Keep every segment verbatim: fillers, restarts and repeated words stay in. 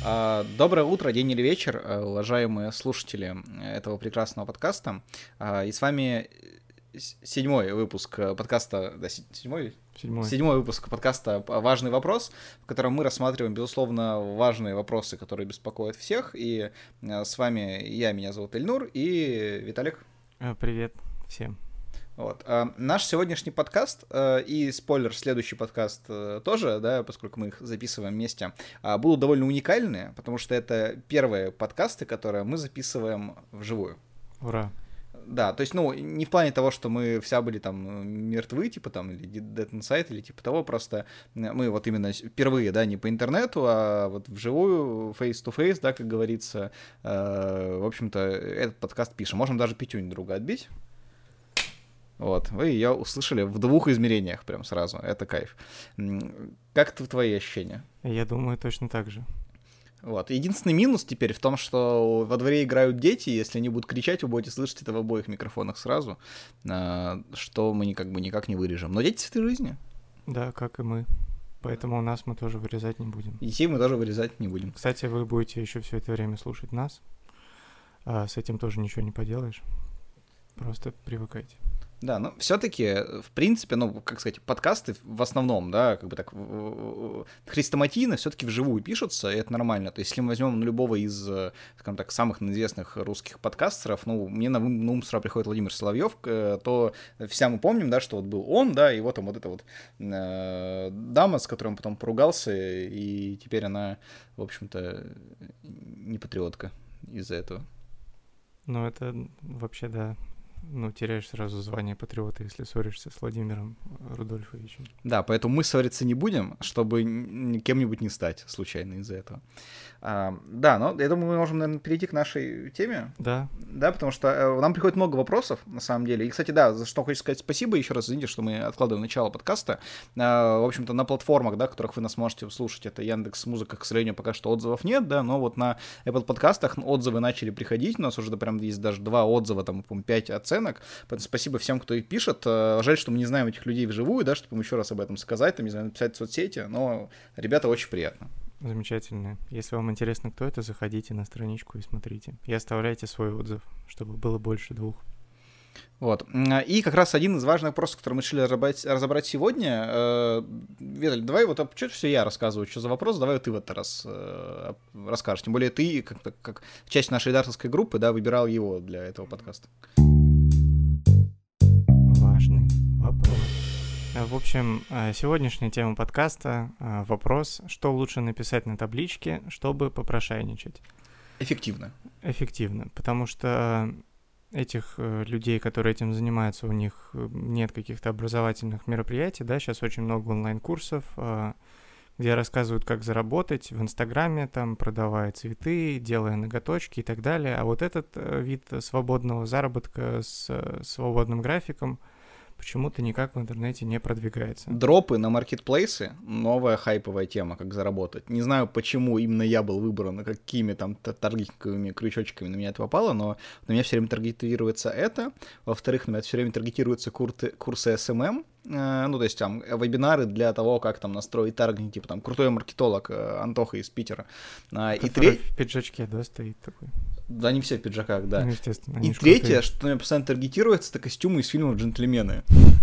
А, Доброе утро, день или вечер, а, уважаемые слушатели этого прекрасного подкаста. А, И с вами с- седьмой выпуск э, подкаста, да, се- седьмой? Седьмой. Седьмой выпуск подкаста «Важный вопрос», в котором мы рассматриваем, безусловно, важные вопросы, которые беспокоят всех. И э, с вами я, меня зовут Эльнур, и Виталик. А, Привет всем. Вот. А, наш сегодняшний подкаст э, и, спойлер, следующий подкаст э, тоже, да, поскольку мы их записываем вместе, а, будут довольно уникальные, потому что это первые подкасты, которые мы записываем вживую. Ура. Да, то есть, ну, не в плане того, что мы вся были там мертвы, типа там, или Dead Inside, или типа того, просто мы вот именно впервые, да, не по интернету, а вот вживую, face-to-face, да, как говорится, э, в общем-то, этот подкаст пишем. Можем даже пятюнь друга отбить. Вот, вы ее услышали в двух измерениях прям сразу, это кайф. М, Как т- твои ощущения? Я думаю, точно так же. Вот. Единственный минус теперь в том, что во дворе играют дети, и если они будут кричать, вы будете слышать это в обоих микрофонах сразу, а, что мы никак бы никак не вырежем. Но дети — цветы жизни. Да, как и мы. Поэтому у нас мы тоже вырезать не будем. И детей мы тоже вырезать не будем. Кстати, вы будете еще все это время слушать нас. А с этим тоже ничего не поделаешь. Просто привыкайте. Да, но все-таки, в принципе, ну, как сказать, подкасты в основном, да, как бы так, в- в- хрестоматийно все-таки вживую пишутся, и это нормально. То есть, если мы возьмем любого из, э, скажем так, самых известных русских подкастеров, ну, мне на ум, на ум сразу приходит Владимир Соловьев, к- то вся мы помним, да, что вот был он, да, и вот там вот эта вот э, дама, с которой он потом поругался, и теперь она, в общем-то, не патриотка из-за этого. Ну, это вообще, да, ну, теряешь сразу звание патриота, если ссоришься с Владимиром Рудольфовичем. Да, поэтому мы ссориться не будем, чтобы н- кем-нибудь не стать случайно из-за этого. А, да, но я думаю, мы можем, наверное, перейти к нашей теме. Да, Да, потому что э, нам приходит много вопросов, на самом деле. И, кстати, да, за что хочу сказать спасибо еще раз, извините, что мы откладываем начало подкаста. А, в общем-то, на платформах, да, которых вы нас можете слушать, это Яндекс.Музыка, к сожалению, пока что отзывов нет, да, но вот на Apple подкастах отзывы начали приходить, у нас уже прям есть даже два отзыва, там, по-моему, пять оценок, поэтому спасибо всем, кто их пишет. Э, Жаль, что мы не знаем этих людей вживую, да, чтобы им еще раз об этом сказать, там, не знаю, написать в соцсети, но, ребята, очень приятно. замечательно. Если вам интересно, кто это, заходите на страничку и смотрите. И оставляйте свой отзыв, чтобы было больше двух. Вот. И как раз один из важных вопросов, который мы решили разобрать, разобрать сегодня. Э, Виталий, давай вот, а что все я рассказываю, что за вопрос, давай вот ты в этот раз э, расскажешь. Тем более ты, как, как часть нашей редакторской группы, да, выбирал его для этого подкаста. Важный вопрос. Э, В общем, э, сегодняшняя тема подкаста э, — вопрос, что лучше написать на табличке, чтобы попрошайничать. Эффективно. Эффективно, потому что этих э, людей, которые этим занимаются, у них э, нет каких-то образовательных мероприятий, да, сейчас очень много онлайн-курсов, э, где рассказывают, как заработать в Инстаграме, там, продавая цветы, делая ноготочки и так далее, а вот этот э, вид свободного заработка с э, свободным графиком почему-то никак в интернете не продвигается. Дропы на маркетплейсы — новая хайповая тема, как заработать. Не знаю, почему именно я был выбран, какими там т- таргетинговыми крючочками на меня это попало, но на меня все время таргетируется это. Во-вторых, на меня все время таргетируются курты, курсы эс эм эм, э, ну, то есть там вебинары для того, как там настроить таргетинг, типа там крутой маркетолог э, Антоха из Питера. А, и Который треть... в пиджачке, да, стоит такой. Да, не все в пиджаках, да. Ну, естественно. они И ж третье, крутые. что меня постоянно таргетируется, это костюмы из фильмов «Джентльмены».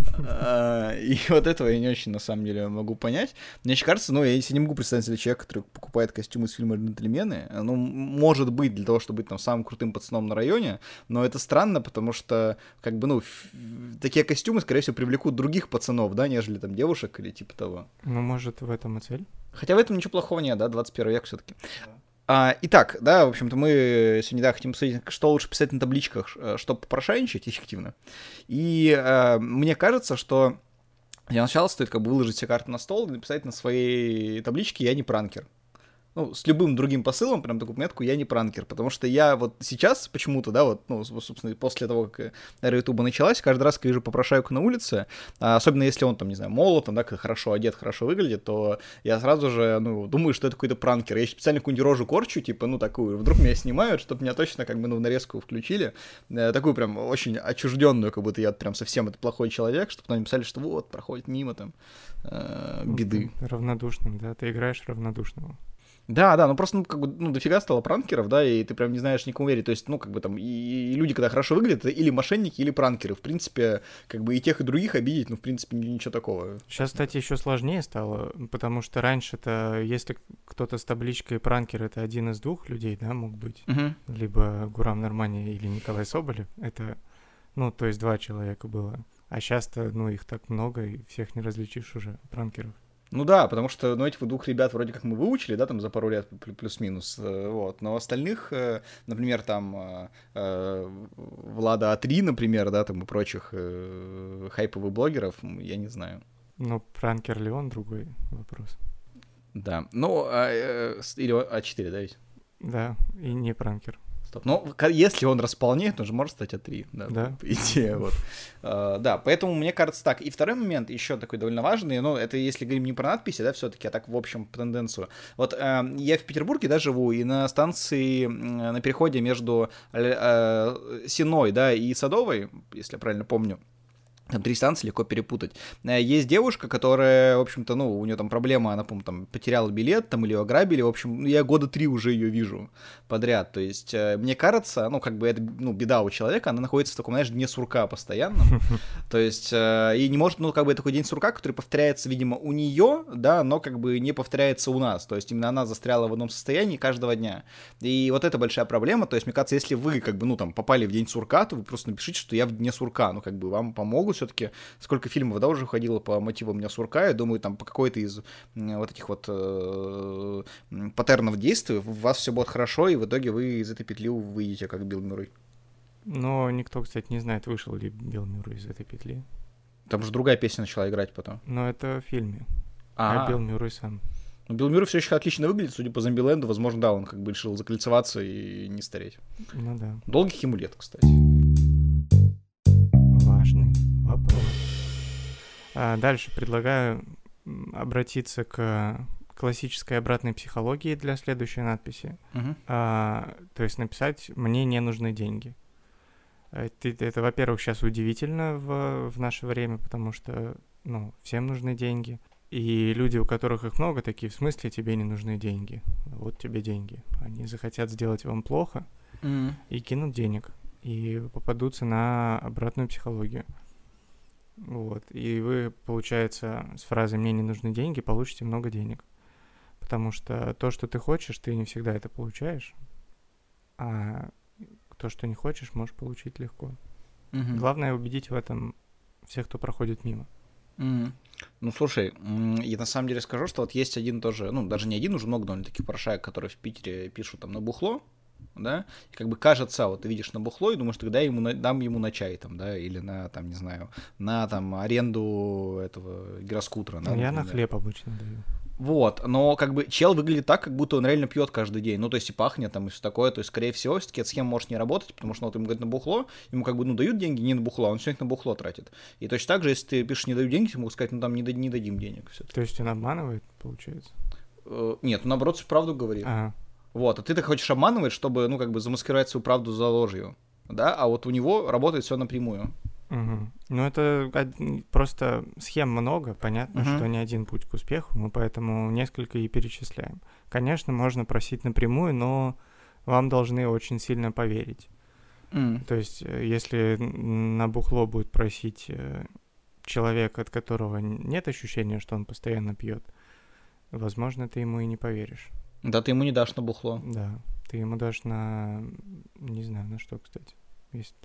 А, И вот этого я не очень, на самом деле, могу понять. Мне еще кажется, ну, я себе не могу представить себе человека, который покупает костюмы из фильма «Джентльмены». Ну, может быть, для того, чтобы быть там самым крутым пацаном на районе, но это странно, потому что, как бы, ну, ф- такие костюмы, скорее всего, привлекут других пацанов, да, нежели там девушек или типа того. Ну, может, в этом и цель? Хотя в этом ничего плохого нет, да, двадцать первый век все-таки. А, итак, да, в общем-то, мы сегодня, да, хотим посмотреть, что лучше писать на табличках, э, чтобы попрошайничать эффективно. И э, мне кажется, что для начала стоит как бы выложить все карты на стол и написать на своей табличке «Я не пранкер». Ну, с любым другим посылом, прям такую метку, я не пранкер, потому что я вот сейчас почему-то, да, вот, ну, собственно, после того, как эра Ютуба началась, каждый раз, когда вижу попрошайку на улице, а особенно если он там, не знаю, молод, он, да, хорошо одет, хорошо выглядит, то я сразу же, ну, думаю, что это какой-то пранкер. Я специально какую-нибудь рожу корчу, типа, ну, такую, вдруг меня снимают, чтобы меня точно, как бы, ну, в нарезку включили, э, такую прям очень отчужденную, как будто я прям совсем это плохой человек, чтобы потом написали, что вот, проходит мимо там э, беды. Равнодушным, да, ты играешь равнодушного. Да, да, ну просто, ну, как бы, ну, дофига стало пранкеров, да, и ты прям не знаешь никому верить. То есть, ну, как бы там, и, и люди, когда хорошо выглядят, это или мошенники, или пранкеры. В принципе, как бы и тех, и других обидеть, ну, в принципе, ничего такого. Сейчас, кстати, еще сложнее стало, потому что раньше-то, если кто-то с табличкой пранкер, это один из двух людей, да, мог быть. Угу. Либо Гурам Нормани или Николай Соболев. Это, ну, то есть два человека было. А сейчас-то, ну, их так много, и всех не различишь уже, пранкеров. Ну да, потому что, ну, этих вот двух ребят вроде как мы выучили, да, там за пару лет плюс-минус, вот, но остальных, например, там, Влада А три, например, да, там и прочих хайповых блогеров, я не знаю. Ну, пранкер ли он, другой вопрос. Да, ну, а, или А четыре, да, ведь? Да, и не пранкер. Стоп. Ну, если он располнеет, он же может стать А три, да, да. по идее, вот. Uh, да, поэтому мне кажется так. И второй момент, еще такой довольно важный, ну, это если говорим не про надписи, да, все-таки, а так, в общем, по тенденцию. Вот uh, я в Петербурге, да, живу, и на станции, uh, на переходе между uh, Сенной, да, и Садовой, если я правильно помню, там три станции, легко перепутать. Есть девушка, которая, в общем-то, ну, у нее там проблема, она, по-моему, там потеряла билет, там, или ее ограбили, в общем, я года три уже ее вижу подряд, то есть, мне кажется, ну, как бы это, ну, беда у человека, она находится в таком, знаешь, дне сурка постоянно, то есть, и не может, ну, как бы такой день сурка, который повторяется, видимо, у нее, да, но как бы не повторяется у нас, то есть, именно она застряла в одном состоянии каждого дня, и вот это большая проблема, то есть, мне кажется, если вы, как бы, ну, там, попали в день сурка, то вы просто напишите, что я в дне сурка, ну, как бы, вам помогут, все-таки сколько фильмов, да, уже ходило по мотивам «Дня сурка», я думаю, там по какой-то из вот этих вот э, паттернов действий у вас все будет хорошо, и в итоге вы из этой петли выйдете, как Билл Мюррей. Но никто, кстати, не знает, вышел ли Билл Мюррей из этой петли. Там же другая песня начала играть потом. Но это в фильме. А, а Билл Мюррей сам. Ну, Билл Мюррей все еще отлично выглядит, судя по Зомбиленду, возможно, да, он как бы решил закольцеваться и не стареть. Ну да. Долгих ему лет, кстати. Важный вопрос. А дальше предлагаю обратиться к классической обратной психологии для следующей надписи. Uh-huh. А, то есть написать «мне не нужны деньги». Это, это во-первых, сейчас удивительно в, в наше время, потому что, ну, всем нужны деньги. И люди, у которых их много, такие: в смысле тебе не нужны деньги? Вот тебе деньги. Они захотят сделать вам плохо uh-huh. и кинут денег. И попадутся на обратную психологию. Вот. И вы, получается, с фразой «мне не нужны деньги» получите много денег. Потому что то, что ты хочешь, ты не всегда это получаешь. А то, что не хочешь, можешь получить легко. Uh-huh. Главное убедить в этом всех, кто проходит мимо. Uh-huh. Ну, слушай, я на самом деле скажу, что вот есть один тоже, ну, даже не один, уже много довольно таких порошаек, которые в Питере пишут там на бухло, да, и как бы кажется, вот ты видишь на бухло и думаешь, тогда ему на, дам ему на чай там, да, или на, там, не знаю, на там аренду этого гироскутера. Да, я на хлеб обычно даю. Вот, но как бы чел выглядит так, как будто он реально пьет каждый день, ну, то есть и пахнет там, и все такое, то есть, скорее всего, все-таки эта схема может не работать, потому что, ну, вот ему говорят на бухло, ему как бы, ну, дают деньги не на бухло, а он все их на бухло тратит. И точно так же, если ты пишешь «не даю деньги», ты могут сказать, ну, там, не, не дадим денег. Все-таки. То есть он обманывает, получается? Э, нет, ну, наоборот, всю правду говорит. Ага. Вот, а ты так хочешь обманывать, чтобы, ну, как бы замаскировать свою правду за ложью, да, а вот у него работает все напрямую. Угу. Ну, это просто схем много, понятно, uh-huh. что не один путь к успеху, мы поэтому несколько и перечисляем. Конечно, можно просить напрямую, но вам должны очень сильно поверить. Mm. То есть, если на бухло будет просить человек, от которого нет ощущения, что он постоянно пьет, возможно, ты ему и не поверишь. Да, ты ему не дашь на бухло. Да, ты ему дашь на... Не знаю, на что, кстати. Если...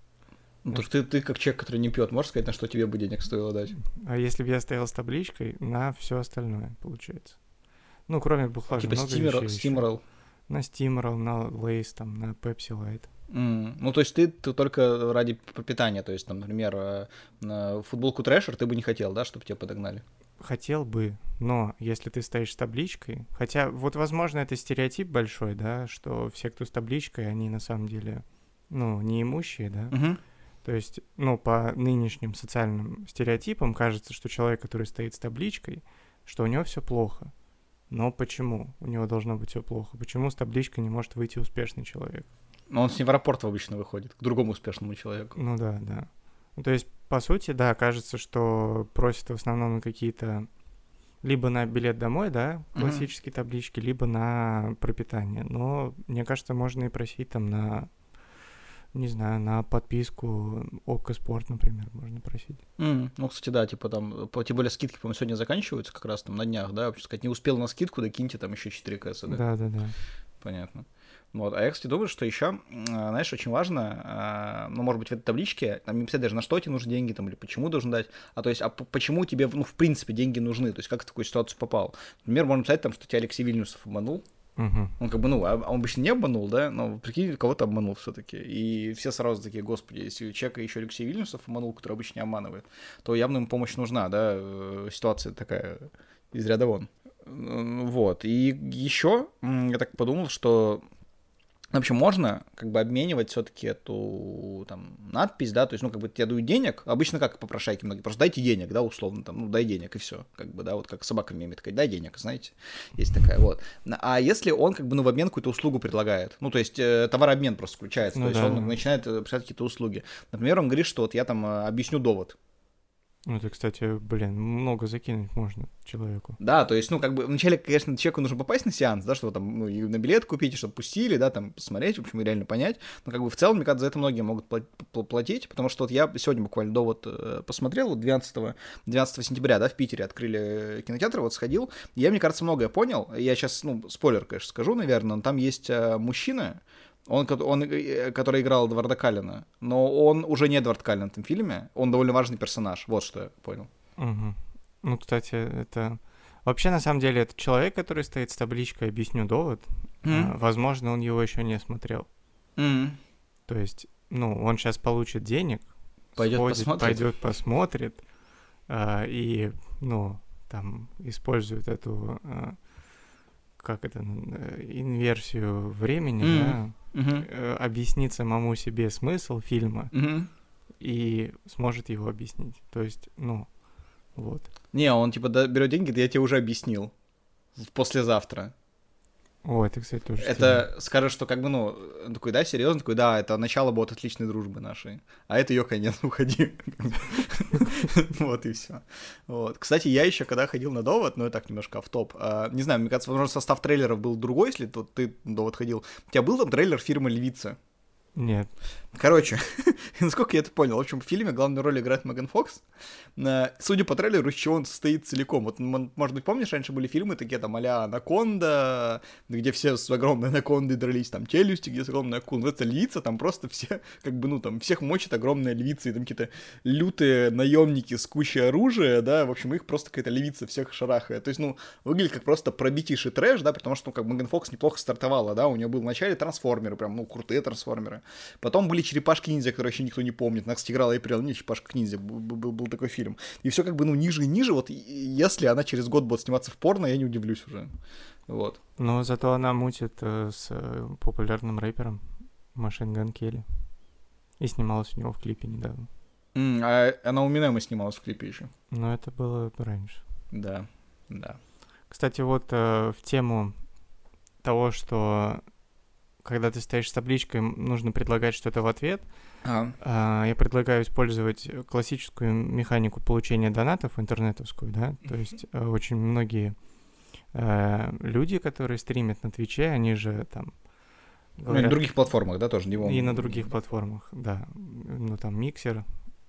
Ну, то ты, ты как человек, который не пьет, можешь сказать, на что тебе бы денег стоило дать? А если бы я стоял с табличкой, на все остальное, получается. Ну, кроме бухла, типа много стимер, вещей стимерал. Еще. На стимерал, на Lay's, там, на Pepsi Light. Mm. Ну, то есть ты, ты только ради питания, то есть, там, например, на футболку Трэшер ты бы не хотел, да, чтобы тебя подогнали? Хотел бы, но если ты стоишь с табличкой, хотя вот, возможно, это стереотип большой, да, что все, кто с табличкой, они на самом деле, ну, неимущие, да, uh-huh. То есть, ну, по нынешним социальным стереотипам кажется, что человек, который стоит с табличкой, что у него все плохо. Но почему у него должно быть все плохо? Почему с табличкой не может выйти успешный человек? Но он с ним в аэропорт обычно выходит, к другому успешному человеку. Ну да, да. Ну, то есть, по сути, да, кажется, что просят в основном на какие-то либо на билет домой, да, классические mm-hmm. таблички, либо на пропитание. Но, мне кажется, можно и просить там на, не знаю, на подписку ОККО Спорт, например, можно просить. Mm. Ну, кстати, да, типа там, тем более скидки, по-моему, сегодня заканчиваются как раз там на днях, да, вообще сказать, не успел на скидку, докиньте там еще четыре кэса, да? Да-да-да. Понятно. Вот. А я, кстати, думаю, что еще, знаешь, очень важно, ну, может быть, в этой табличке, там не писать даже, на что тебе нужны деньги, там, или почему должен дать, а то есть, а почему тебе, ну, в принципе, деньги нужны, то есть, как ты в такую ситуацию попал. Например, можно писать там, что тебя Алексей Вильнюсов обманул, uh-huh. он как бы, ну, он обычно не обманул, да, но, прикинь, кого-то обманул все-таки, и все сразу такие, господи, если у человека еще Алексей Вильнюсов обманул, который обычно не обманывает, то явно ему помощь нужна, да, ситуация такая из ряда вон. Вот, и еще я так подумал, что в общем, можно как бы обменивать все-таки эту там надпись, да, то есть, ну, как бы тебе дают денег, обычно как попрошайки многие, просто дайте денег, да, условно, там, ну, дай денег, и все, как бы, да, вот как собака в меме такая, дай денег, знаете, есть такая, вот. А если он, как бы, ну, в обмен какую-то услугу предлагает, ну, то есть, э, товарообмен просто включается, ну, то есть, да. Он начинает писать какие-то услуги. Например, он говорит, что вот я там объясню довод. Ну, это, кстати, блин, много закинуть можно человеку. Да, то есть, ну, как бы, вначале, конечно, человеку нужно попасть на сеанс, да, чтобы там, ну, и на билет купить, и чтобы пустили, да, там, посмотреть, в общем, и реально понять. Но, как бы, в целом, мне кажется, за это многие могут платить, потому что вот я сегодня буквально довод посмотрел, вот двенадцатого сентября, да, в Питере открыли кинотеатр, вот сходил, и я, мне кажется, многое понял. Я сейчас, ну, спойлер, конечно, скажу, наверное, но там есть мужчина, Он, он, который играл Эдварда Каллена, но он уже не Эдвард Каллен в этом фильме, он довольно важный персонаж, вот что я понял. Угу. Ну, кстати, это... Вообще, на самом деле, это человек, который стоит с табличкой «Объясню довод», mm-hmm. а, возможно, он его еще не смотрел. Mm-hmm. То есть, ну, он сейчас получит денег, пойдет сходит, посмотрит. пойдет посмотрит, а, и, ну, там, использует эту... А, как это, инверсию времени, mm-hmm. да, mm-hmm. объяснит самому себе смысл фильма mm-hmm. и сможет его объяснить. То есть, ну, вот. Не, он типа берет деньги, да я тебе уже объяснил послезавтра. О, это, кстати, тоже. Это стильно. Скажет, что как бы, ну, такой, да, серьезно, такой, да, это начало будет отличной дружбы нашей, а это ее конец, уходи. Вот и все. Вот. Кстати, я еще когда ходил на довод, ну, я так немножко автоп, не знаю, мне кажется, возможно, состав трейлеров был другой, если ты на довод ходил. У тебя был там трейлер фирмы «Львица»? Нет. Короче, насколько я это понял, в общем, в фильме главную роль играет Меган Фокс. Судя по трейлеру, из чего он состоит целиком. Вот, может быть, помнишь, раньше были фильмы такие, там, а-ля «Анаконда», где все с огромной анакондой дрались, там, «Челюсти», где с огромной акулой. Вот это «Львица», там просто все, как бы, ну, там, всех мочит огромная львица, и там какие-то лютые наемники с кучей оружия, да, в общем, их просто какая-то львица всех шарахает. То есть, ну, выглядит как просто пробитейший трэш, да, потому что, ну, как Меган Фокс неплохо стартовала, да, у нее был вначале трансформеры, прям, ну, крутые трансформеры. Потом были черепашки-ниндзя, которые еще никто не помнит. Она, кстати, играла Эйприл, не черепашка-ниндзя, был, был, был такой фильм. И все как бы, ну, ниже и ниже. Вот если она через год будет сниматься в порно, я не удивлюсь уже. Вот. Но зато она мутит э, с э, популярным рэпером Machine Gun Kelly. И снималась у него в клипе недавно. Mm, а она у Минема снималась в клипе еще. Но это было раньше. Да, да. Кстати, вот э, в тему того, что когда ты стоишь с табличкой, нужно предлагать что-то в ответ. А. А, я предлагаю использовать классическую механику получения донатов, интернетовскую, да, то есть а, очень многие а, люди, которые стримят на Твиче, они же там... Говорят, ну, и на других платформах, да, тоже? Не и на других платформах, да. Ну, там Миксер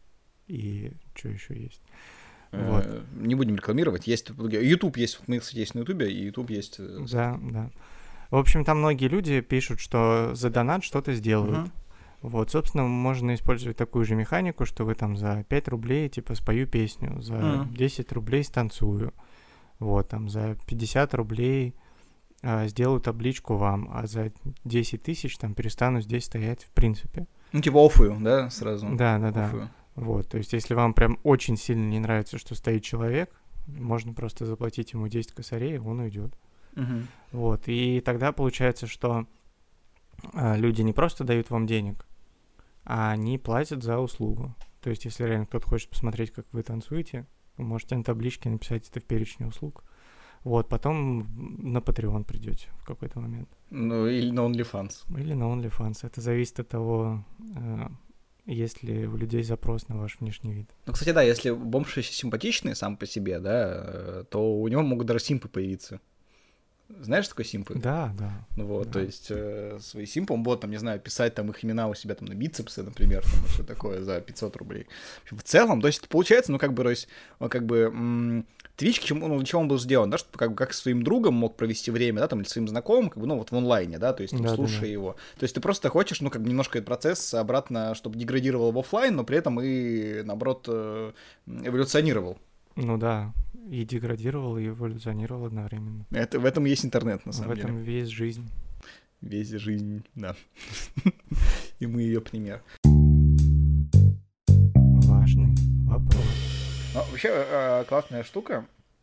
и что еще есть. Вот. Не будем рекламировать. Есть YouTube есть, мы, кстати, есть на YouTube, и YouTube есть... Да, да. В общем, там многие люди пишут, что за донат что-то сделают. Uh-huh. Вот, собственно, можно использовать такую же механику, что вы там за пять рублей, типа, спою песню, за uh-huh. десять рублей станцую, вот, там, за пятьдесят рублей а, сделаю табличку вам, а за десять тысяч, там, перестану здесь стоять в принципе. Ну, типа, оффую, да, сразу? Да, да, да. Оффую. Вот, то есть, если вам прям очень сильно не нравится, что стоит человек, можно просто заплатить ему десять косарей, и он уйдет. Uh-huh. Вот, и тогда получается, что а, люди не просто дают вам денег, а они платят за услугу. То есть, если реально кто-то хочет посмотреть, как вы танцуете, вы можете на табличке написать это в перечне услуг. Вот, потом на Patreon придете в какой-то момент. Ну, или на OnlyFans. Или на OnlyFans. Это зависит от того, э, есть ли у людей запрос на ваш внешний вид. Ну, кстати, да, если бомж симпатичный сам по себе, да, то у него могут даже симпы появиться. Знаешь, что такое симпы? Да, да. Ну вот, да. то есть э, свои симпы он будет, там, не знаю, писать там их имена у себя там на бицепсы, например, там, что такое, за пятьсот рублей. В, общем, в целом, то есть это получается, ну, как бы, то есть, ну, как бы, м- Twitch, к чему, ну, для чего он был сделан, да, чтобы как бы как со своим другом мог провести время, да, там, или своим знакомым, как бы, ну, вот в онлайне, да, то есть, там, Да, слушая да, да. его. То есть ты просто хочешь, ну, как бы немножко этот процесс обратно, чтобы деградировал в офлайн, но при этом и, наоборот, э, эволюционировал. Ну да, и деградировал, и эволюционировал одновременно. Это, в этом есть интернет, на самом в деле. этом весь жизнь. Весь жизнь, да. И мы ее пример. Важный вопрос. Ну, вообще, классная штука.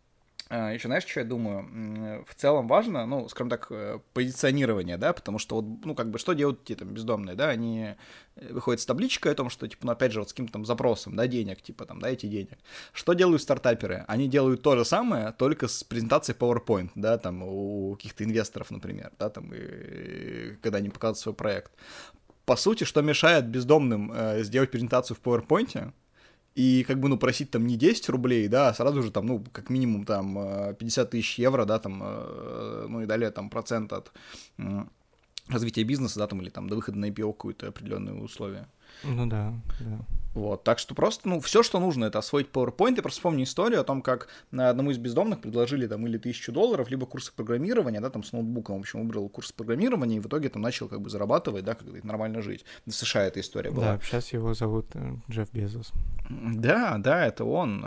Еще знаешь, что я думаю? В целом важно, ну, скажем так, позиционирование, да, потому что вот, ну, как бы, что делают те там бездомные, да, они выходят с табличкой о том, что, типа, ну, опять же, вот с каким-то там запросом, да, денег, типа, там, дайте денег. Что делают стартаперы? Они делают то же самое, только с презентацией PowerPoint, да, там, у каких-то инвесторов, например, да, там, и, когда они показывают свой проект. По сути, что мешает бездомным э, сделать презентацию в PowerPoint, и как бы, ну, просить там не десять рублей, да, а сразу же там, ну, как минимум там пятьдесят тысяч евро, да, там, ну и далее там процент от развития бизнеса, да, там, или там до выхода на ай пи о какое-то определенные условия. Ну да, да. Вот, так что просто, ну, все, что нужно, это освоить PowerPoint. Я просто вспомню историю о том, как одному из бездомных предложили там или тысячу долларов, либо курсы программирования, да, там с ноутбуком, в общем, выбрал курс программирования и в итоге там начал как бы зарабатывать, да, как нормально жить. В США эта история была. Да, сейчас его зовут Джефф Безос. Да, да, это он,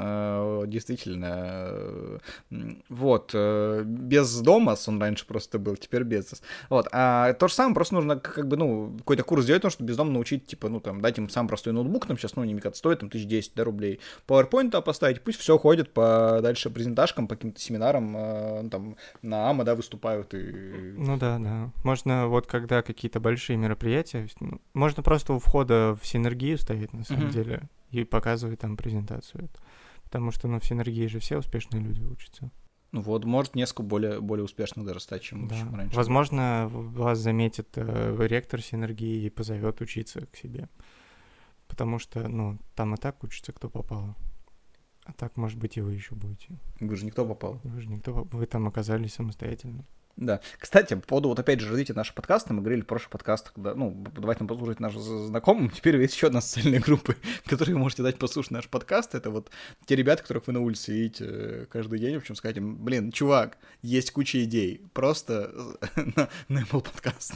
действительно. Вот, без Домас он раньше просто был, теперь Безос. Вот, а то же самое, просто нужно как бы, ну, какой-то курс сделать, потому что бездомно научить, типа, ну, там, дать им сам простой ноутбук, там, сейчас, ну, не мегат стоит, там, тысяч десять, да, рублей, PowerPoint туда поставить, пусть все ходит по дальше презентажкам, по каким-то семинарам, ну, там, на АМА, да, выступают и... Ну да, да. Можно вот когда какие-то большие мероприятия, можно просто у входа в синергию ставить, на самом mm-hmm. деле, и показывать там презентацию. Потому что, ну, в синергии же все успешные люди учатся. Ну вот, может, несколько более, более успешных даже стать, чем, да. чем раньше. Возможно, вас заметит э, ректор синергии и позовет учиться к себе. Потому что, ну, там и так учится, кто попал. А так, может быть, и вы еще будете. Вы же никто попал. Вы же никто, вы там оказались самостоятельно. Да. Кстати, по поводу, вот опять же, развития нашего подкаста, мы говорили в прошлых подкастах, когда, ну, давайте нам послушать наших знакомых. Теперь есть еще одна социальная группа, которой вы можете дать послушать наш подкаст. Это вот те ребята, которых вы на улице видите каждый день, в общем, сказать им, блин, чувак, есть куча идей, просто на, на Apple Podcast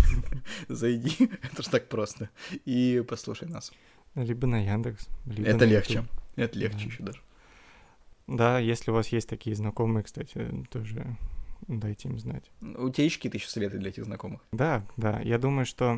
зайди, это же так просто, и послушай нас. Либо на Яндекс. Либо это на легче, YouTube. это легче да. еще даже. Да, если у вас есть такие знакомые, кстати, тоже... дайте им знать. У тебя есть какие-то еще советы для этих знакомых? Да, да. Я думаю, что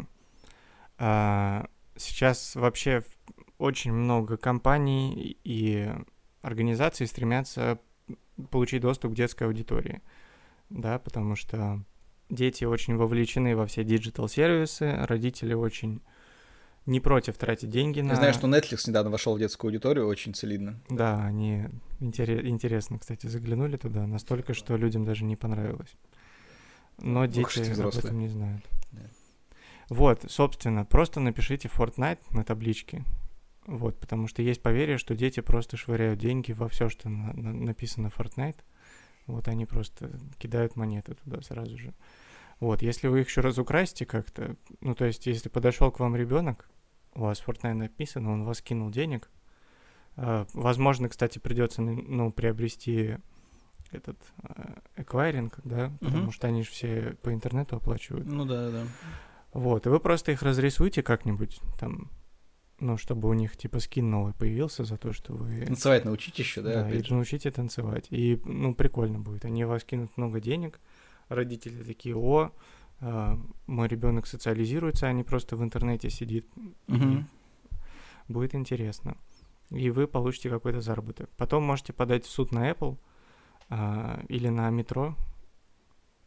а, сейчас вообще очень много компаний и организаций стремятся получить доступ к детской аудитории. Да, потому что дети очень вовлечены во все диджитал-сервисы, родители очень не против тратить деньги на... Я знаю, что Netflix недавно вошел в детскую аудиторию, очень солидно. Да, они интерес... интересно, кстати, заглянули туда, настолько, что людям даже не понравилось. Но Ох, дети об этом не знают. Да. Вот, собственно, просто напишите Fortnite на табличке. Вот, потому что есть поверье, что дети просто швыряют деньги во все, что на- на- написано Fortnite. Вот они просто кидают монеты туда сразу же. Вот, если вы их еще разукрасите как-то, ну, то есть, если подошел к вам ребенок, у вас Fortnite написано, он вас кинул денег, э, возможно, кстати, придется, ну, приобрести этот эквайринг, да, uh-huh. потому что они же все по интернету оплачивают. Ну да, да. Вот, и вы просто их разрисуете как-нибудь там, ну, чтобы у них типа скин новый появился за то, что вы... Танцевать научить еще, да? Да, и же. научите танцевать. И, ну, прикольно будет. Они вас кинут много денег, родители такие, о, э, мой ребенок социализируется, а не просто в интернете сидит. Uh-huh. Будет интересно. И вы получите какой-то заработок. Потом можете подать в суд на Apple э, или на метро,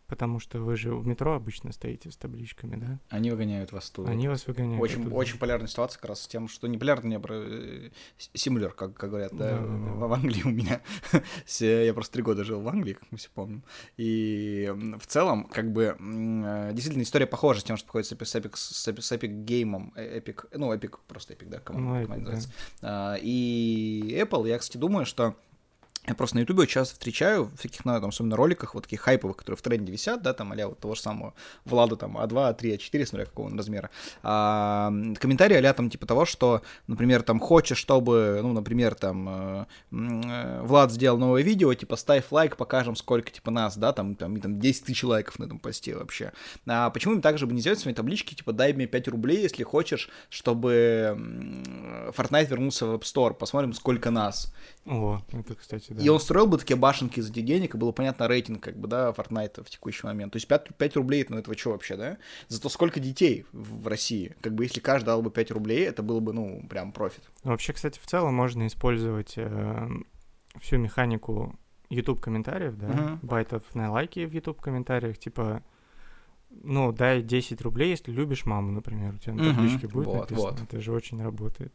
потому что вы же в метро обычно стоите с табличками, да? Они выгоняют вас туда. Они вас выгоняют. Очень, очень полярная ситуация как раз с тем, что не полярная, не про симулер, как, как говорят, да, да, да, в, в Англии у меня. Я просто три года жил в Англии, как мы все помним. И в целом, как бы, действительно, история похожа с тем, что происходит с Epic, с Epic, с Epic Game, Epic, ну, Epic, просто Epic, да, команда, ну, команда называется. Да. И Apple, я, кстати, думаю, что я просто на Ютубе часто встречаю в таких, ну, там, особенно роликах, вот таких хайповых, которые в тренде висят, да, там, а-ля вот того же самого Влада, там, а два, а три, а четыре, смотря какого он размера, а, комментарии а-ля, там, типа того, что, например, там, хочешь, чтобы, ну, например, там, э, э, Влад сделал новое видео, типа, ставь лайк, покажем, сколько, типа, нас, да, там, там, и, там десять тысяч лайков на этом посте вообще. А почему им также бы не сделать свои таблички, типа, дай мне пять рублей, если хочешь, чтобы Fortnite вернулся в App Store, посмотрим, сколько нас. О, это, кстати, да. И он строил бы такие башенки из этих денег, и было понятно рейтинг, как бы, да, Fortnite в текущий момент. То есть пять, пять рублей, ну, этого что вообще, да? Зато сколько детей в России? Как бы, если каждый дал бы пять рублей, это было бы, ну, прям профит. Вообще, кстати, в целом можно использовать э, всю механику YouTube-комментариев, да, uh-huh. байтов на лайки в YouTube-комментариях, типа, ну, дай десять рублей, если любишь маму, например, у тебя на табличке uh-huh. будет вот, написано, вот. Это же очень работает.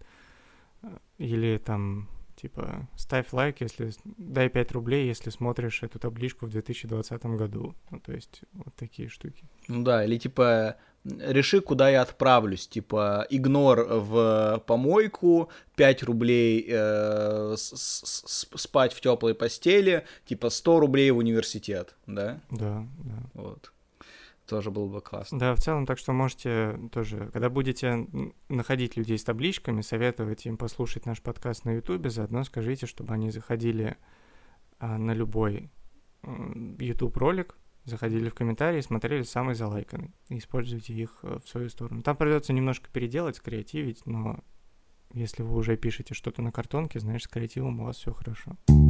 Или там... Типа, ставь лайк, если... Дай пять рублей, если смотришь эту табличку в две тысячи двадцатом году. Ну, то есть, вот такие штуки. Ну да, или типа, реши, куда я отправлюсь. Типа, игнор в помойку, пять рублей э, с- с- спать в теплой постели, типа, сто рублей в университет, да? Да, да. Вот. Тоже было бы классно. Да, в целом, так что можете тоже, когда будете находить людей с табличками, советовать им послушать наш подкаст на Ютубе, заодно скажите, чтобы они заходили а, на любой YouTube-ролик, заходили в комментарии, смотрели самый залайканный, и используйте их в свою сторону. Там придется немножко переделать, скреативить, но если вы уже пишете что-то на картонке, значит, с креативом у вас все хорошо.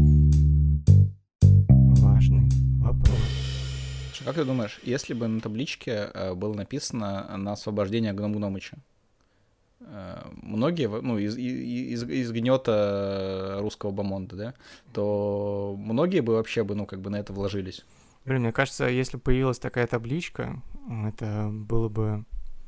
Важный вопрос. Как ты думаешь, если бы на табличке э, было написано на освобождение Гном Гномыча, э, многие, ну, из, из, из гнета русского бомонда, да, то многие бы вообще бы, ну, как бы на это вложились. Блин, мне кажется, если появилась такая табличка, это было бы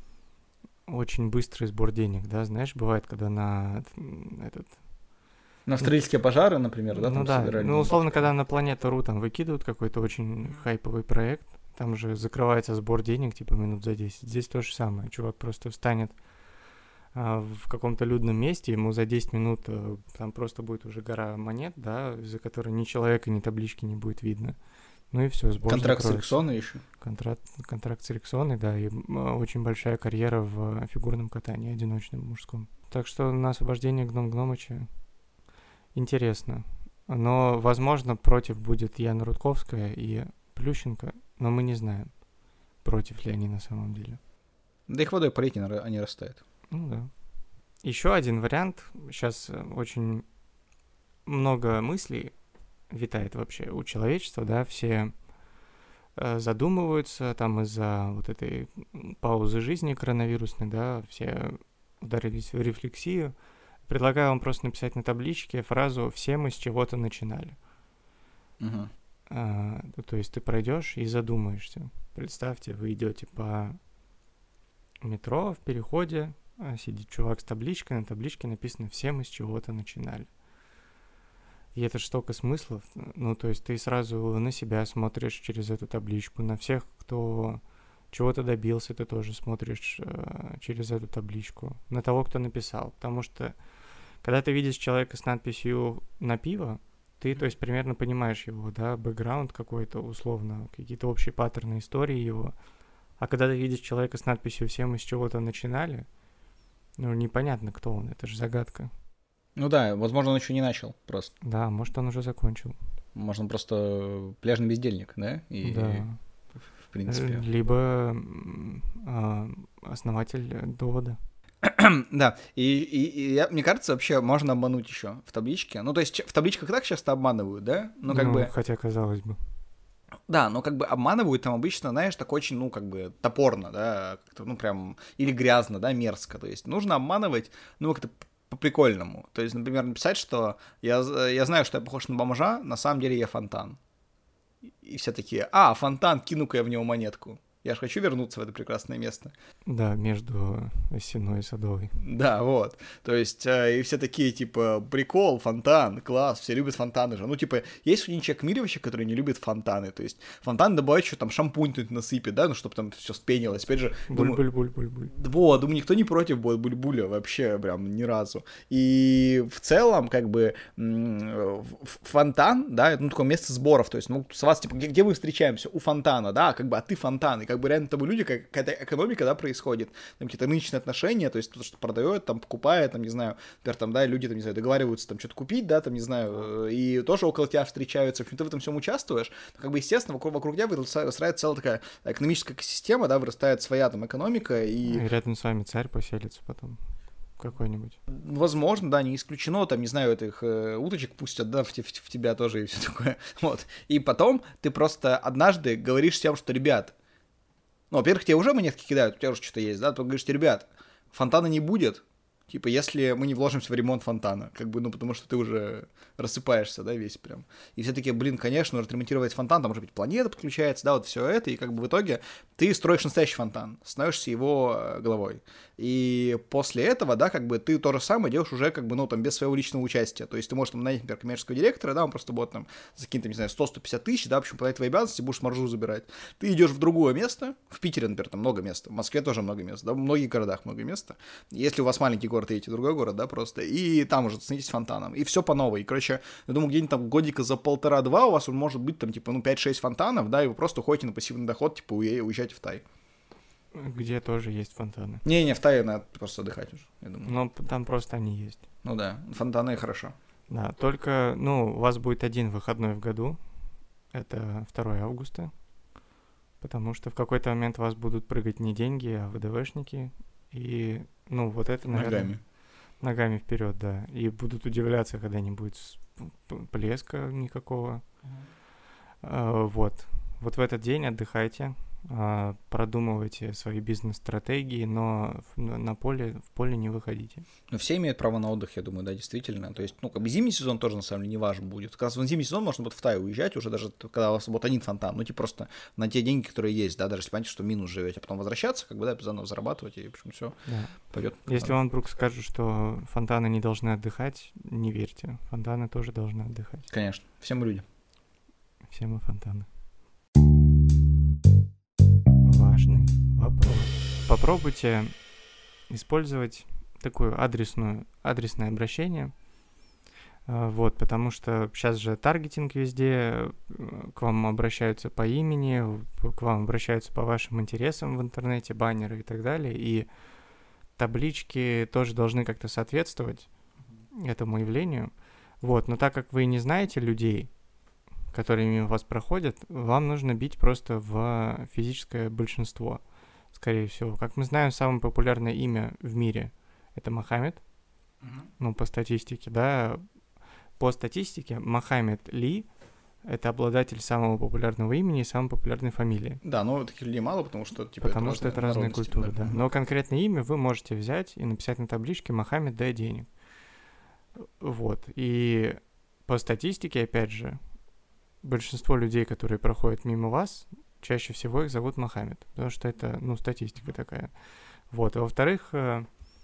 очень быстрый сбор денег, да, знаешь, бывает, когда на этот... На австралийские пожары, например, да? Ну да, ну условно, когда на Планету.ру там выкидывают какой-то очень хайповый проект, там же закрывается сбор денег, типа, минут за десять. Здесь то же самое. Чувак просто встанет а, в каком-то людном месте, ему за десять минут а, там просто будет уже гора монет, да, из-за которой ни человека, ни таблички не будет видно. Ну и все, сбор Контракт закроется. с Рексоной еще. Контракт, контракт с Рексоной, да, и а, очень большая карьера в фигурном катании, одиночном, мужском. Так что на освобождение Гном Гномыча интересно. Но, возможно, против будет Яна Рудковская и Плющенко, но мы не знаем, против ли они на самом деле. Да их водой полить они растают. Ну да. Еще один вариант. Сейчас очень много мыслей витает вообще у человечества, да, все э, задумываются там из-за вот этой паузы жизни коронавирусной, да, все ударились в рефлексию. Предлагаю вам просто написать на табличке фразу «все мы с чего-то начинали». Uh-huh. А, то есть ты пройдешь и задумаешься. Представьте, вы идете по метро в переходе, сидит чувак с табличкой, на табличке написано «все мы с чего-то начинали». И это ж столько смыслов. Ну, то есть ты сразу на себя смотришь через эту табличку, на всех, кто чего-то добился, ты тоже смотришь э, через эту табличку, на того, кто написал. Потому что когда ты видишь человека с надписью «на пиво», ты, то есть, примерно понимаешь его, да, бэкграунд какой-то, условно, какие-то общие паттерны истории его. А когда ты видишь человека с надписью «все мы с чего-то начинали», ну, непонятно, кто он, это же загадка. Ну да, возможно, он еще не начал просто. Да, может, он уже закончил. Может, он просто пляжный бездельник, да? И, да. В принципе. Либо э, основатель довода. Да, и, и, и я, мне кажется, вообще можно обмануть еще в табличке. Ну, то есть в табличках так часто обманывают, да? Ну, как ну, бы... хотя, казалось бы. Да, но как бы обманывают там обычно, знаешь, так очень, ну, как бы топорно, да, как-то, ну, прям, или грязно, да, мерзко. То есть нужно обманывать, ну, как-то по-прикольному. То есть, например, написать, что я, я знаю, что я похож на бомжа, на самом деле я фонтан. И все такие, а, фонтан, кину-ка я в него монетку. Я же хочу вернуться в это прекрасное место. Да, между Осиной и Садовой. Да, вот. То есть, э, и все такие, типа, прикол, фонтан, класс, все любят фонтаны же. Ну, типа, есть один человек в мире вообще, который не любит фонтаны. То есть, фонтан добавить еще там шампунь тут насыпет, да, ну, чтобы там все спенилось. Опять же, буль-буль-буль-буль-буль. Вот, думаю, никто не против будет буль-буля вообще прям ни разу. И в целом, как бы, фонтан, да, это ну, такое место сборов. То есть, ну, с вас, типа, где, где мы встречаемся? У фонтана, да, как бы, а ты фонтан. И как бы реально там люди, как, какая-то экономика, да, происходит. Там какие-то рыночные отношения, то есть кто-то что-то продает, там, покупает, там, не знаю, например, там, да, люди, там, не знаю, договариваются там что-то купить, да, там, не знаю, и тоже около тебя встречаются, в общем, ты в этом всем участвуешь, но, как бы, естественно, вокруг, вокруг тебя вырастает целая такая экономическая экосистема, да, вырастает своя там экономика, и... И рядом с вами царь поселится потом какой-нибудь. Возможно, да, не исключено, там, не знаю, этих э, уточек пустят, да, в, в, в тебя тоже и все такое, вот. И потом ты просто однажды говоришь всем, что, ребят, ну, во-первых, тебе уже монетки кидают, у тебя уже что-то есть, да, ты говоришь, ребят, фонтана не будет, типа, если мы не вложимся в ремонт фонтана, как бы, ну, потому что ты уже рассыпаешься, да, весь прям. И все таки, блин, конечно, нужно ремонтировать фонтан, там, может быть, планета подключается, да, вот все это, и как бы в итоге ты строишь настоящий фонтан, становишься его главой. И после этого, да, как бы ты то же самое делаешь уже, как бы, ну, там, без своего личного участия. То есть ты можешь там нанять, например, коммерческого директора, да, он просто будет там за какие-то, не знаю, сто сто пятьдесят тысяч, да, в общем, подать твои обязанности, будешь маржу забирать. Ты идешь в другое место, в Питере, например, там много мест, в Москве тоже много мест, да, в многих городах много места. Если у вас маленький город, едете в другой город, да, просто, и там уже становитесь фонтаном, и все по новой. И, короче, я думаю, где-нибудь там годика за полтора-два у вас может быть там, типа, ну, пять-шесть фонтанов, да, и вы просто ходите на пассивный доход, типа, уезжаете в Тай. Где тоже есть фонтаны. Не-не, в Тае надо просто отдыхать уже, я думаю. Но там просто они есть. Ну да, фонтаны хорошо. Да, только, ну, у вас будет один выходной в году, это второго августа, потому что в какой-то момент у вас будут прыгать не деньги, а ВДВшники, и, ну, вот это, наверное... Ногами. Ногами вперед, да. И будут удивляться, когда не будет плеска никакого. Uh-huh. А, вот. Вот в этот день отдыхайте, а, продумывайте свои бизнес-стратегии, но в, на поле, в поле не выходите. Ну, все имеют право на отдых, я думаю, да, действительно. То есть, ну, как бы зимний сезон тоже, на самом деле, не важен будет. Как раз в зимний сезон можно будет в Тай уезжать уже даже, когда у вас вот один фонтан, ну, типа просто на те деньги, которые есть, да, даже если понимаете, что минус живете, а потом возвращаться, как бы, да, заново зарабатывать, и, в общем, все да. пойдет. Если вам вдруг скажут, что фонтаны не должны отдыхать, не верьте. Фонтаны тоже должны отдыхать. Конечно, все мы люди. Все мы фонтаны. Важный вопрос. Попробуйте использовать такую адресную, адресное обращение, вот, потому что сейчас же таргетинг везде, к вам обращаются по имени, к вам обращаются по вашим интересам в интернете, баннеры и так далее, и таблички тоже должны как-то соответствовать этому явлению, вот, но так как вы не знаете людей, которые мимо вас проходят, вам нужно бить просто в физическое большинство, скорее всего. Как мы знаем, самое популярное имя в мире — это Мохаммед, uh-huh. ну, по статистике, да. По статистике Мохаммед Ли — это обладатель самого популярного имени и самой популярной фамилии. Да, но таких людей мало, потому что, типа, потому это что это разные культуры, да. да. Но конкретное имя вы можете взять и написать на табличке «Мохаммед, дай денег». Вот. И по статистике, опять же, большинство людей, которые проходят мимо вас, чаще всего их зовут Мохаммед, потому что это, ну, статистика такая. Вот. А во-вторых, э,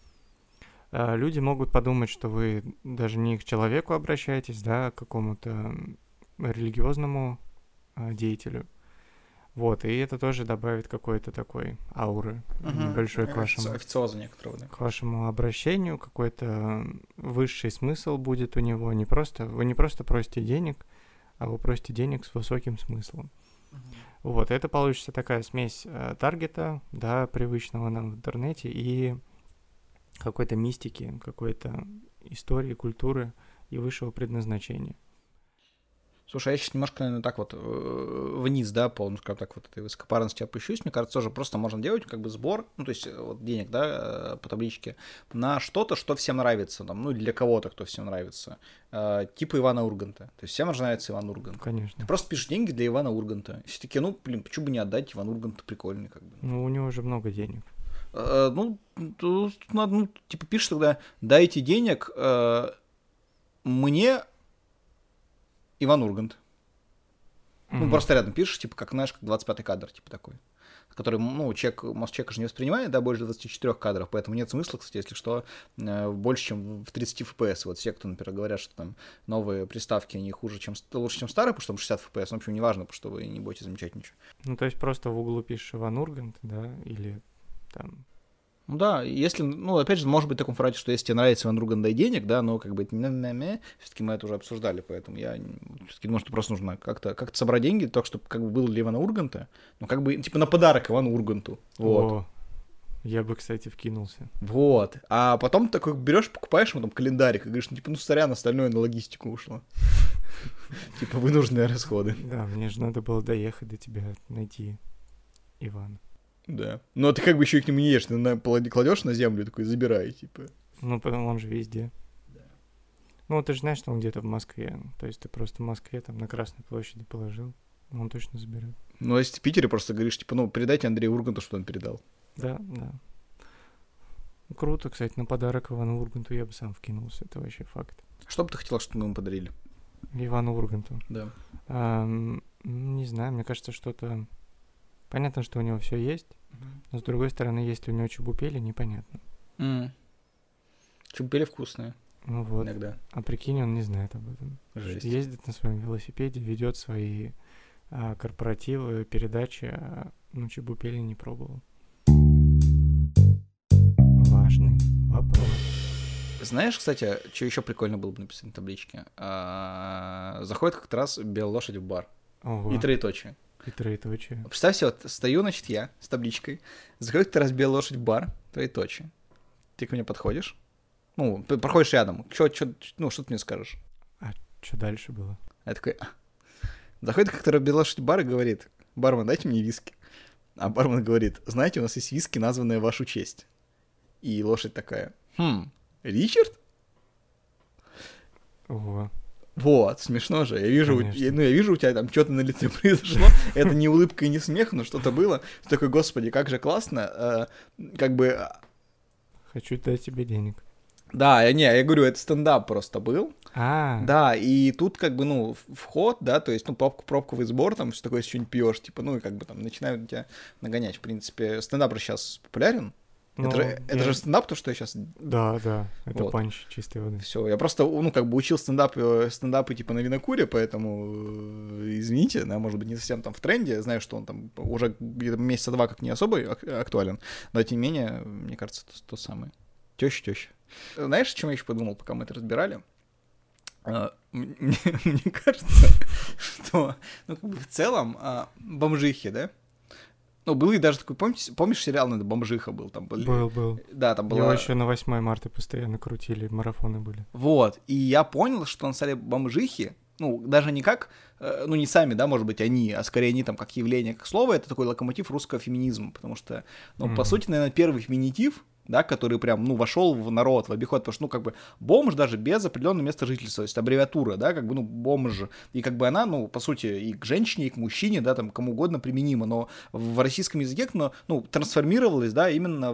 э, люди могут подумать, что вы даже не к человеку обращаетесь, да, а к какому-то религиозному э, деятелю. Вот. И это тоже добавит какой-то такой ауры uh-huh. небольшой к вашему, официоза некоторого, да. к вашему обращению, какой-то высший смысл будет у него. Не просто, вы не просто просите денег, а вы просите денег с высоким смыслом. Uh-huh. Вот, это получится такая смесь э, таргета, да, привычного нам в интернете, и какой-то мистики, какой-то истории, культуры и высшего предназначения. Слушай, я сейчас немножко, наверное, так вот вниз, да, по, ну, скажем так, вот этой высокопарности опущусь. Мне кажется, тоже просто можно делать как бы сбор, ну, то есть вот денег, да, по табличке, на что-то, что всем нравится, там, ну, для кого-то, кто всем нравится. Типа Ивана Урганта. То есть всем же нравится Иван Ургант. Конечно. Ты просто пишешь деньги для Ивана Урганта. Все таки, ну, блин, почему бы не отдать Иван Ургант, прикольный, как бы. Ну, у него уже много денег. Uh, ну, тут надо, ну, типа, пишешь тогда, дайте денег uh, мне Иван Ургант. Mm-hmm. Ну, просто рядом пишешь, типа, как, знаешь, как двадцать пятый кадр, типа, такой. Который, ну, чек, Мосчека же не воспринимает, да, больше двадцати четырёх кадров, поэтому нет смысла, кстати, если что, больше, чем в тридцать эф пи эс. Вот все, кто, например, говорят, что там новые приставки, они хуже, чем, лучше, чем старые, потому что там шестьдесят эф пи эс, в общем, неважно, потому что вы не будете замечать ничего. Ну, то есть просто в углу пишешь Иван Ургант, да, или там... Ну да, если, ну, опять же, может быть в таком формате, что если тебе нравится Иван Ургант, дай денег, да, но как бы это не все-таки мы это уже обсуждали, поэтому я все-таки думаю, что просто нужно как-то как собрать деньги, так, чтобы как бы было для Ивана Урганта, ну, как бы, типа, на подарок Ивану Урганту. Вот. О, я бы, кстати, вкинулся. Вот. А потом такой берешь, покупаешь ему там календарик и говоришь, ну, типа, ну, сорян, остальное на логистику ушло. Типа, вынужденные расходы. Да, мне же надо было доехать до тебя, найти Ивана. Да. Но ты как бы еще и к нему не едешь, ты на, кладешь на землю, такой, забирай, типа. Ну, потом он же везде. Да. Ну, ты же знаешь, что он где-то в Москве. То есть ты просто в Москве, там, на Красной площади положил, он точно заберет. Ну, а если ты в Питере просто говоришь, типа, ну, передайте Андрею Урганту, что он передал. Да, да. Круто, кстати, на подарок Ивану Урганту я бы сам вкинулся, это вообще факт. Что бы ты хотела, чтобы мы ему подарили? Ивану Урганту? Да. А, не знаю, мне кажется, что-то... Понятно, что у него все есть, mm-hmm. но, с другой стороны, есть ли у него чебупели, непонятно. Mm. Чебупели вкусные. Ну вот. Иногда. А прикинь, он не знает об этом. Жесть. Ездит на своем велосипеде, ведет свои а, корпоративы, передачи, а ну, чебупели не пробовал. Важный вопрос. Знаешь, кстати, что еще прикольно было бы написать на табличке? А, заходит как-то раз белая лошадь в бар. Ого. И троеточие. И троеточие. Представь себе, вот стою, значит, я с табличкой, заходит как-то раз белая лошадь в бар, троеточие. Ты ко мне подходишь, ну, проходишь рядом, чё, чё, ну, что ты мне скажешь? А что дальше было? Я такой, заходит как-то раз белая лошадь в бар и говорит, бармен, дайте мне виски. А бармен говорит, знаете, у нас есть виски, названные в вашу честь. И лошадь такая, хм, Ричард? Ого. Вот, смешно же. Я вижу, я, ну, я вижу, у тебя там что-то на лице произошло. Это не улыбка и не смех, но что-то было. Ты такой, господи, как же классно. Как бы... Хочу дать тебе денег. Да, я не, я говорю, это стендап просто был. А. Да, и тут как бы, ну, вход, да, то есть, ну, пробку, пробковый сбор, там, что такое, если что-нибудь пьешь, типа, ну, и как бы там начинают тебя нагонять. В принципе, стендап же сейчас популярен. Ну, это, же, я... это же стендап, то, что я сейчас... Да, да, это вот. Панч чистой воды. Все, я просто, ну, как бы учил стендап, стендапы типа на винокуре, поэтому, извините, да, может быть, не совсем там в тренде, знаю, что он там уже где-то месяца два как не особо актуален, но, тем не менее, мне кажется, то, то самое. Теща, теща. Знаешь, о чем я еще подумал, пока мы это разбирали? Мне, мне кажется, что, ну, как бы в целом, бомжихи, да? Ну, был и даже такой, помните, помнишь, сериал надо «Бомжиха» был? Там были... Был, был. Да, там было... Его еще на восьмое марта постоянно крутили, марафоны были. Вот, и я понял, что на самом деле бомжихи, ну, даже не как, ну, не сами, да, может быть, они, а скорее они там как явление, как слово, это такой локомотив русского феминизма, потому что, ну, mm-hmm. по сути, наверное, первый феминитив, да, который прям, ну, вошел в народ, в обиход, потому что, ну, как бы, бомж даже без определенного места жительства, то есть аббревиатура, да, как бы, ну, бомж, и как бы она, ну, по сути, и к женщине, и к мужчине, да, там, кому угодно применима, но в российском языке, ну, ну трансформировалась, да, именно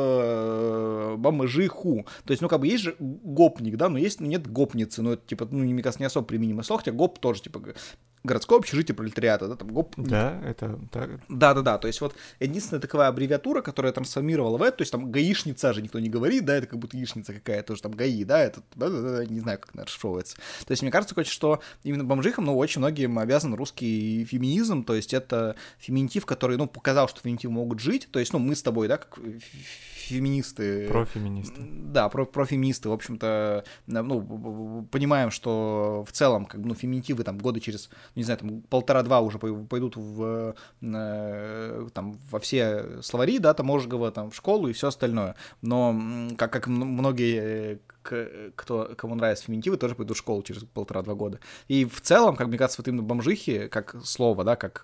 в бомжиху, то есть, ну, как бы, есть же гопник, да, но есть, нет гопницы, ну, это, типа, ну, мне кажется, не особо применимый слово, хотя гоп тоже, типа, городское общежитие пролетариата, да, там, гоп... Да, это так. Да-да-да, то есть вот единственная такая аббревиатура, которая трансформировала в это, то есть там гаишница же никто не говорит, да, это как будто яичница какая-то, тоже там гаи, да, это, не знаю, как это расшифровывается. То есть мне кажется, короче, что именно бомжихам, ну, очень многим обязан русский феминизм, то есть это феминитив, который, ну, показал, что феминитивы могут жить, то есть, ну, мы с тобой, да, как феминисты... Профеминисты. Да, про профеминисты, в общем-то, ну, понимаем, что в целом, как бы, ну, феминитивы там года через, не знаю, там полтора-два уже пойдут в, там, во все словари, да, таможенного, там, в школу и все остальное. Но, как, как многие, кто, кому нравятся феминитивы, тоже пойдут в школу через полтора-два года. И в целом, как мне кажется, вот именно бомжихи, как слово, да, как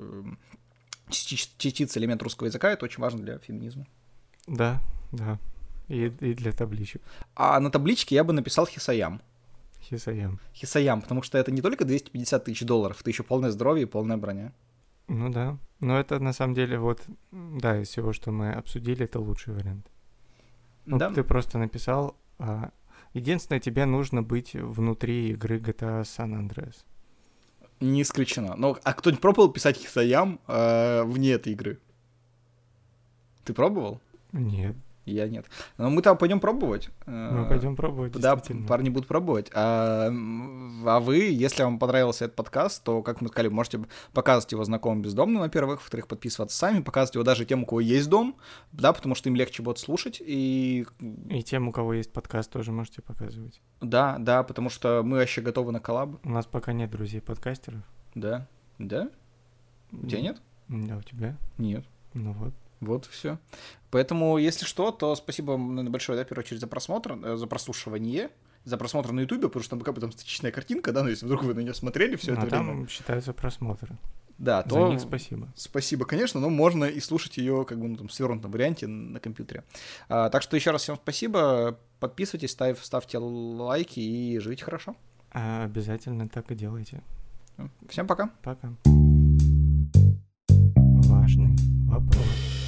частица, элемент русского языка, это очень важно для феминизма. Да, да. И, и для табличек. А на табличке я бы написал Хисаям. Хисаям. Хисаям, потому что это не только двести пятьдесят тысяч долларов, это еще полное здоровье и полная броня. Ну да. Но это на самом деле вот, да, из всего, что мы обсудили, это лучший вариант. Ну, да. Ты просто написал... А... Единственное, тебе нужно быть внутри игры джи ти эй San Andreas. Не исключено. Но, а кто-нибудь пробовал писать хитоям э, вне этой игры? Ты пробовал? Нет. Я нет. Но мы там пойдем пробовать. Мы пойдем пробовать, Да, парни будут пробовать. А, а вы, если вам понравился этот подкаст, то, как мы сказали, можете показывать его знакомым бездомным, во-первых, во-вторых, подписываться сами, показывать его даже тем, у кого есть дом, да, потому что им легче будет слушать. И... и тем, у кого есть подкаст, тоже можете показывать. Да, да, потому что мы вообще готовы на коллаб. У нас пока нет друзей-подкастеров. Да. Да? У тебя нет? Да, у тебя? Нет. Ну вот. Вот и все. Поэтому, если что, то спасибо большое, да, в первую очередь, за просмотр, за прослушивание, за просмотр на Ютубе, потому что там какая-то там статичная картинка, да, но если вдруг вы на нее смотрели все это а время. там считаются просмотры. Да, за то... них спасибо. Спасибо, конечно, но можно и слушать ее как бы ну, там, в свернутом варианте на компьютере. А, так что еще раз всем спасибо. Подписывайтесь, ставь, ставьте лайки и живите хорошо. А, обязательно так и делайте. Всем пока. Пока. Важный вопрос.